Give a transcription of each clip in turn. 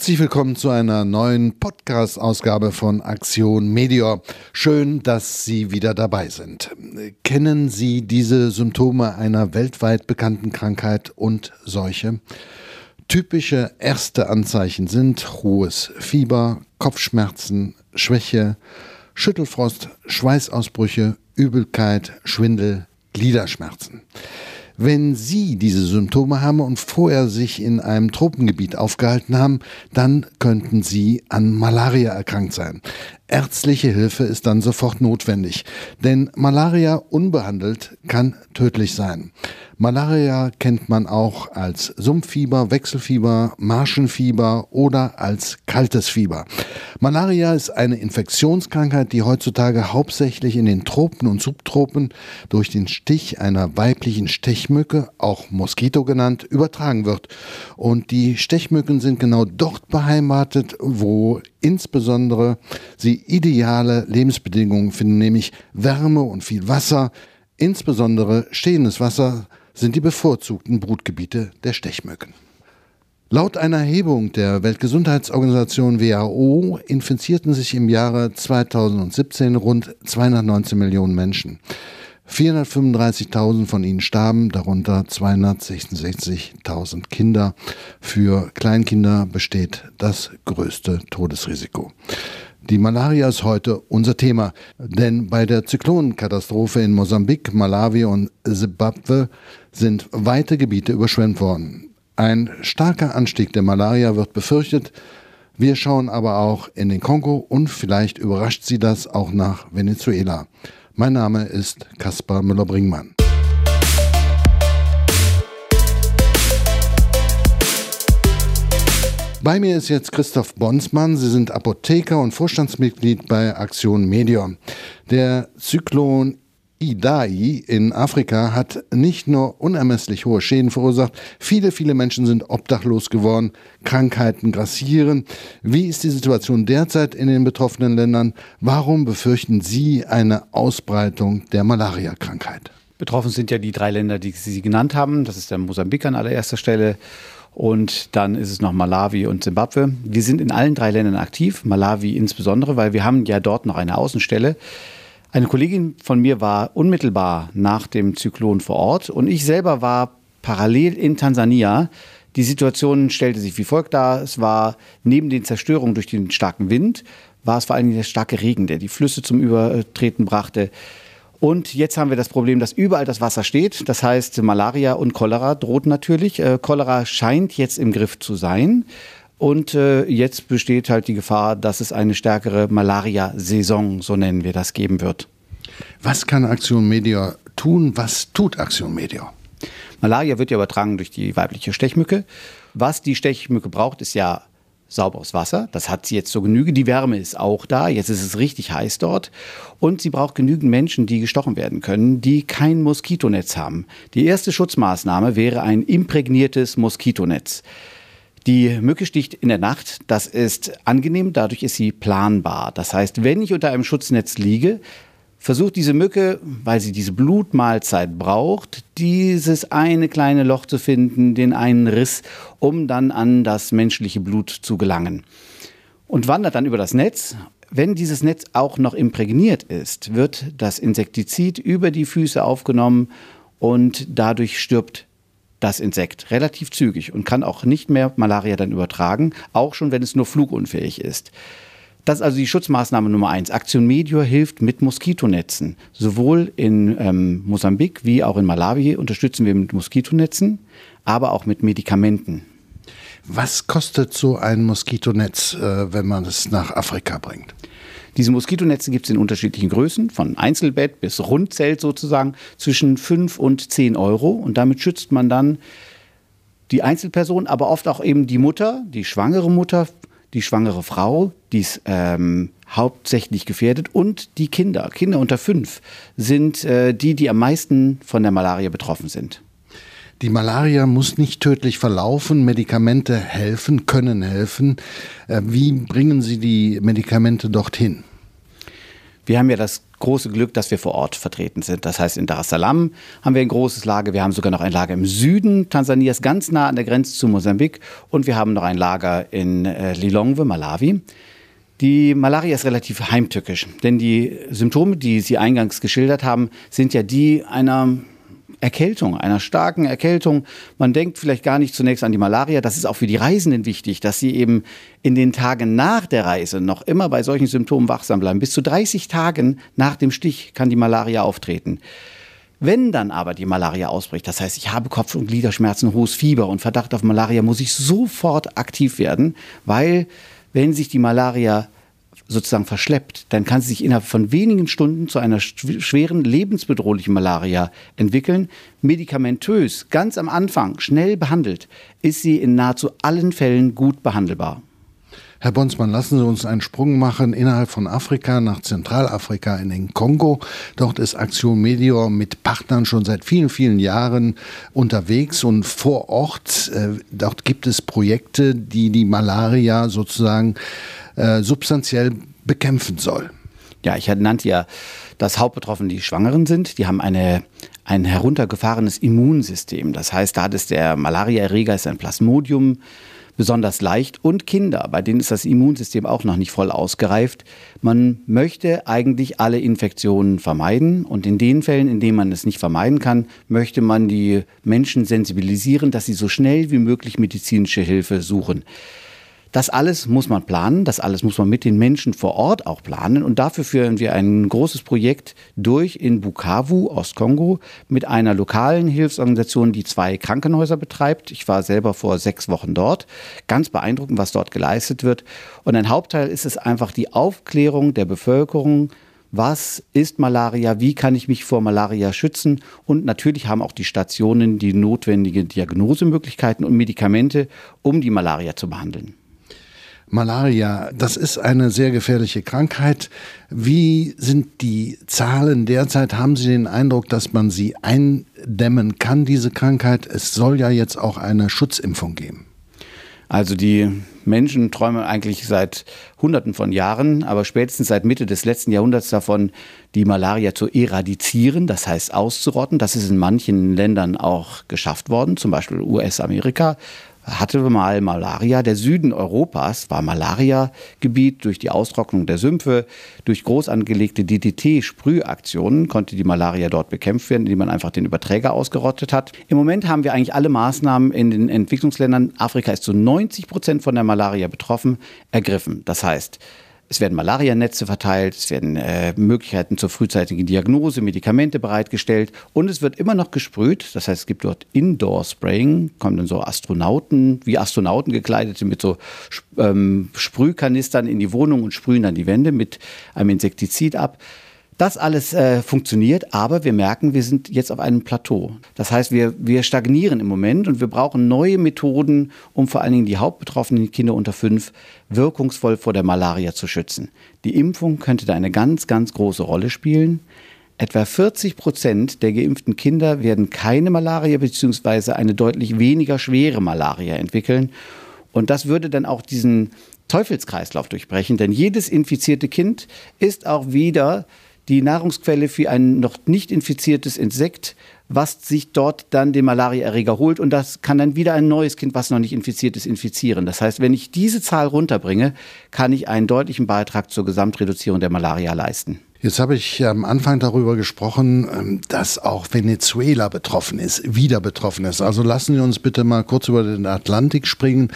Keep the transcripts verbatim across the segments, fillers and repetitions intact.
Herzlich willkommen zu einer neuen Podcast-Ausgabe von Aktion Medior. Schön, dass Sie wieder dabei sind. Kennen Sie diese Symptome einer weltweit bekannten Krankheit und Seuche? Typische erste Anzeichen sind hohes Fieber, Kopfschmerzen, Schwäche, Schüttelfrost, Schweißausbrüche, Übelkeit, Schwindel, Gliederschmerzen. Wenn Sie diese Symptome haben und vorher sich in einem Tropengebiet aufgehalten haben, dann könnten Sie an Malaria erkrankt sein. Ärztliche Hilfe ist dann sofort notwendig, denn Malaria unbehandelt kann tödlich sein. Malaria kennt man auch als Sumpffieber, Wechselfieber, Marschenfieber oder als kaltes Fieber. Malaria ist eine Infektionskrankheit, die heutzutage hauptsächlich in den Tropen und Subtropen durch den Stich einer weiblichen Stechmücke, auch Moskito genannt, übertragen wird. Und die Stechmücken sind genau dort beheimatet, wo insbesondere sie ideale Lebensbedingungen finden, nämlich Wärme und viel Wasser. Insbesondere stehendes Wasser sind die bevorzugten Brutgebiete der Stechmücken. Laut einer Erhebung der Weltgesundheitsorganisation W H O infizierten sich im Jahre zweitausendsiebzehn rund zweihundertneunzehn Millionen Menschen. vierhundertfünfunddreißigtausend von ihnen starben, darunter zweihundertsechsundsechzigtausend Kinder. Für Kleinkinder besteht das größte Todesrisiko. Die Malaria ist heute unser Thema, denn bei der Zyklonenkatastrophe in Mosambik, Malawi und Simbabwe sind weite Gebiete überschwemmt worden. Ein starker Anstieg der Malaria wird befürchtet. Wir schauen aber auch in den Kongo und vielleicht überrascht Sie das auch nach Venezuela. Mein Name ist Kaspar Müller-Bringmann. Bei mir ist jetzt Christoph Bonsmann. Sie sind Apotheker und Vorstandsmitglied bei Aktion Medior. Der Zyklon Idai in Afrika hat nicht nur unermesslich hohe Schäden verursacht, viele, viele Menschen sind obdachlos geworden, Krankheiten grassieren. Wie ist die Situation derzeit in den betroffenen Ländern? Warum befürchten Sie eine Ausbreitung der Malaria-Krankheit? Betroffen sind ja die drei Länder, die Sie genannt haben. Das ist der Mosambik an allererster Stelle. Und dann ist es noch Malawi und Simbabwe. Wir sind in allen drei Ländern aktiv, Malawi insbesondere, weil wir haben ja dort noch eine Außenstelle. Eine Kollegin von mir war unmittelbar nach dem Zyklon vor Ort und ich selber war parallel in Tansania. Die Situation stellte sich wie folgt dar. Es war neben den Zerstörungen durch den starken Wind, war es vor allem der starke Regen, der die Flüsse zum Übertreten brachte. Und jetzt haben wir das Problem, dass überall das Wasser steht. Das heißt, Malaria und Cholera droht natürlich. Äh, Cholera scheint jetzt im Griff zu sein. Und äh, jetzt besteht halt die Gefahr, dass es eine stärkere Malaria-Saison, so nennen wir das, geben wird. Was kann Aktion Medior tun? Was tut Aktion Medior? Malaria wird ja übertragen durch die weibliche Stechmücke. Was die Stechmücke braucht, ist ja sauberes Wasser. Das hat sie jetzt zur Genüge. Die Wärme ist auch da. Jetzt ist es richtig heiß dort. Und sie braucht genügend Menschen, die gestochen werden können, die kein Moskitonetz haben. Die erste Schutzmaßnahme wäre ein imprägniertes Moskitonetz. Die Mücke sticht in der Nacht. Das ist angenehm. Dadurch ist sie planbar. Das heißt, wenn ich unter einem Schutznetz liege, versucht diese Mücke, weil sie diese Blutmahlzeit braucht, dieses eine kleine Loch zu finden, den einen Riss, um dann an das menschliche Blut zu gelangen. Und wandert dann über das Netz. Wenn dieses Netz auch noch imprägniert ist, wird das Insektizid über die Füße aufgenommen und dadurch stirbt das Insekt relativ zügig und kann auch nicht mehr Malaria dann übertragen, auch schon wenn es nur flugunfähig ist. Das ist also die Schutzmaßnahme Nummer eins. Aktion Medior hilft mit Moskitonetzen. Sowohl in ähm, Mosambik wie auch in Malawi unterstützen wir mit Moskitonetzen, aber auch mit Medikamenten. Was kostet so ein Moskitonetz, äh, wenn man es nach Afrika bringt? Diese Moskitonetze gibt es in unterschiedlichen Größen, von Einzelbett bis Rundzelt sozusagen, zwischen fünf und zehn Euro. Und damit schützt man dann die Einzelperson, aber oft auch eben die Mutter, die schwangere Mutter, die schwangere Frau, die ist ähm, hauptsächlich gefährdet, und die Kinder. Kinder unter fünf sind äh, die, die am meisten von der Malaria betroffen sind. Die Malaria muss nicht tödlich verlaufen. Medikamente helfen, können helfen. Wie bringen Sie die Medikamente dorthin? Wir haben ja das große Glück, dass wir vor Ort vertreten sind. Das heißt, in Dar es Salaam haben wir ein großes Lager. Wir haben sogar noch ein Lager im Süden Tansanias, ganz nah an der Grenze zu Mosambik. Und wir haben noch ein Lager in äh, Lilongwe, Malawi. Die Malaria ist relativ heimtückisch, denn die Symptome, die Sie eingangs geschildert haben, sind ja die einer Erkältung, einer starken Erkältung. Man denkt vielleicht gar nicht zunächst an die Malaria. Das ist auch für die Reisenden wichtig, dass sie eben in den Tagen nach der Reise noch immer bei solchen Symptomen wachsam bleiben. Bis zu dreißig Tagen nach dem Stich kann die Malaria auftreten. Wenn dann aber die Malaria ausbricht, das heißt, ich habe Kopf- und Gliederschmerzen, hohes Fieber und Verdacht auf Malaria, muss ich sofort aktiv werden, weil wenn sich die Malaria sozusagen verschleppt, dann kann sie sich innerhalb von wenigen Stunden zu einer schweren, lebensbedrohlichen Malaria entwickeln. Medikamentös, ganz am Anfang, schnell behandelt, ist sie in nahezu allen Fällen gut behandelbar. Herr Bonsmann, lassen Sie uns einen Sprung machen innerhalb von Afrika nach Zentralafrika in den Kongo. Dort ist Aktion Medior mit Partnern schon seit vielen, vielen Jahren unterwegs und vor Ort. Äh, dort gibt es Projekte, die die Malaria sozusagen äh, substanziell bekämpfen soll. Ja, ich nannte ja das Hauptbetroffene, die Schwangeren sind. Die haben eine, ein heruntergefahrenes Immunsystem. Das heißt, da ist der Malariaerreger ist ein Plasmodium, besonders leicht, und Kinder, bei denen ist das Immunsystem auch noch nicht voll ausgereift. Man möchte eigentlich alle Infektionen vermeiden und in den Fällen, in denen man es nicht vermeiden kann, möchte man die Menschen sensibilisieren, dass sie so schnell wie möglich medizinische Hilfe suchen. Das alles muss man planen, das alles muss man mit den Menschen vor Ort auch planen und dafür führen wir ein großes Projekt durch in Bukavu, Ostkongo, mit einer lokalen Hilfsorganisation, die zwei Krankenhäuser betreibt. Ich war selber vor sechs Wochen dort. Ganz beeindruckend, was dort geleistet wird. Und ein Hauptteil ist es einfach die Aufklärung der Bevölkerung. Was ist Malaria? Wie kann ich mich vor Malaria schützen? Und natürlich haben auch die Stationen die notwendige Diagnosemöglichkeiten und Medikamente, um die Malaria zu behandeln. Malaria, das ist eine sehr gefährliche Krankheit. Wie sind die Zahlen derzeit? Haben Sie den Eindruck, dass man sie eindämmen kann, diese Krankheit? Es soll ja jetzt auch eine Schutzimpfung geben. Also die Menschen träumen eigentlich seit Hunderten von Jahren, aber spätestens seit Mitte des letzten Jahrhunderts davon, die Malaria zu eradizieren, das heißt auszurotten. Das ist in manchen Ländern auch geschafft worden, zum Beispiel U S-Amerika. Hatte mal Malaria. Der Süden Europas war Malaria-Gebiet. Durch die Austrocknung der Sümpfe, durch groß angelegte D D T-Sprühaktionen konnte die Malaria dort bekämpft werden, indem man einfach den Überträger ausgerottet hat. Im Moment haben wir eigentlich alle Maßnahmen in den Entwicklungsländern, Afrika ist zu neunzig Prozent von der Malaria betroffen, ergriffen. Das heißt, es werden Malarianetze verteilt, es werden äh, Möglichkeiten zur frühzeitigen Diagnose, Medikamente bereitgestellt und es wird immer noch gesprüht. Das heißt, es gibt dort Indoor-Spraying, kommen dann so Astronauten, wie Astronauten gekleidete mit so ähm, Sprühkanistern in die Wohnung und sprühen dann die Wände mit einem Insektizid ab. Das alles äh, funktioniert, aber wir merken, wir sind jetzt auf einem Plateau. Das heißt, wir, wir stagnieren im Moment und wir brauchen neue Methoden, um vor allen Dingen die hauptbetroffenen Kinder unter fünf wirkungsvoll vor der Malaria zu schützen. Die Impfung könnte da eine ganz, ganz große Rolle spielen. Etwa vierzig Prozent der geimpften Kinder werden keine Malaria bzw. eine deutlich weniger schwere Malaria entwickeln. Und das würde dann auch diesen Teufelskreislauf durchbrechen, denn jedes infizierte Kind ist auch wieder die Nahrungsquelle für ein noch nicht infiziertes Insekt, was sich dort dann den Malariaerreger holt. Und das kann dann wieder ein neues Kind, was noch nicht infiziert ist, infizieren. Das heißt, wenn ich diese Zahl runterbringe, kann ich einen deutlichen Beitrag zur Gesamtreduzierung der Malaria leisten. Jetzt habe ich am Anfang darüber gesprochen, dass auch Venezuela betroffen ist, wieder betroffen ist. Also lassen Sie uns bitte mal kurz über den Atlantik springen.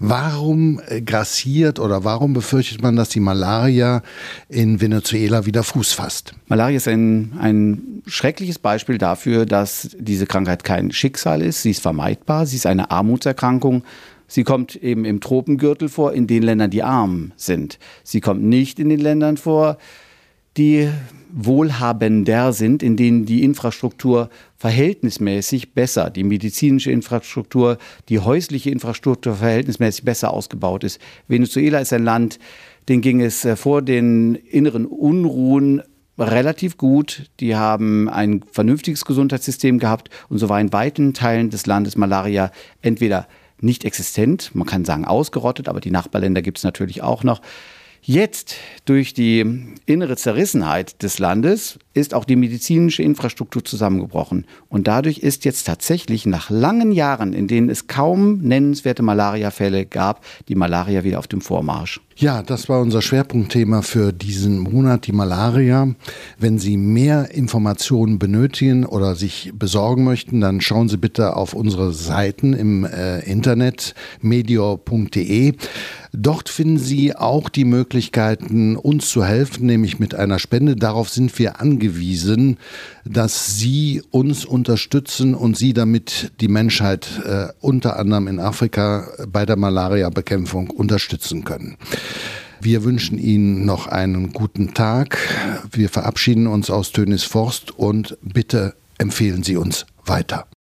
Warum grassiert oder warum befürchtet man, dass die Malaria in Venezuela wieder Fuß fasst? Malaria ist ein, ein schreckliches Beispiel dafür, dass diese Krankheit kein Schicksal ist. Sie ist vermeidbar, sie ist eine Armutserkrankung. Sie kommt eben im Tropengürtel vor, in den Ländern, die arm sind. Sie kommt nicht in den Ländern vor, die wohlhabender sind, in denen die Infrastruktur verhältnismäßig besser, die medizinische Infrastruktur, die häusliche Infrastruktur verhältnismäßig besser ausgebaut ist. Venezuela ist ein Land, denen ging es vor den inneren Unruhen relativ gut. Die haben ein vernünftiges Gesundheitssystem gehabt und so war in weiten Teilen des Landes Malaria entweder nicht existent, man kann sagen ausgerottet, aber die Nachbarländer gibt es natürlich auch noch. Jetzt, durch die innere Zerrissenheit des Landes, ist auch die medizinische Infrastruktur zusammengebrochen. Und dadurch ist jetzt tatsächlich nach langen Jahren, in denen es kaum nennenswerte Malariafälle gab, die Malaria wieder auf dem Vormarsch. Ja, das war unser Schwerpunktthema für diesen Monat, die Malaria. Wenn Sie mehr Informationen benötigen oder sich besorgen möchten, dann schauen Sie bitte auf unsere Seiten im äh, Internet medior punkt de. Dort finden Sie auch die Möglichkeiten, uns zu helfen, nämlich mit einer Spende. Darauf sind wir angewiesen, dass Sie uns unterstützen und Sie damit die Menschheit äh, unter anderem in Afrika bei der Malaria-Bekämpfung unterstützen können. Wir wünschen Ihnen noch einen guten Tag. Wir verabschieden uns aus Tönisforst und bitte empfehlen Sie uns weiter.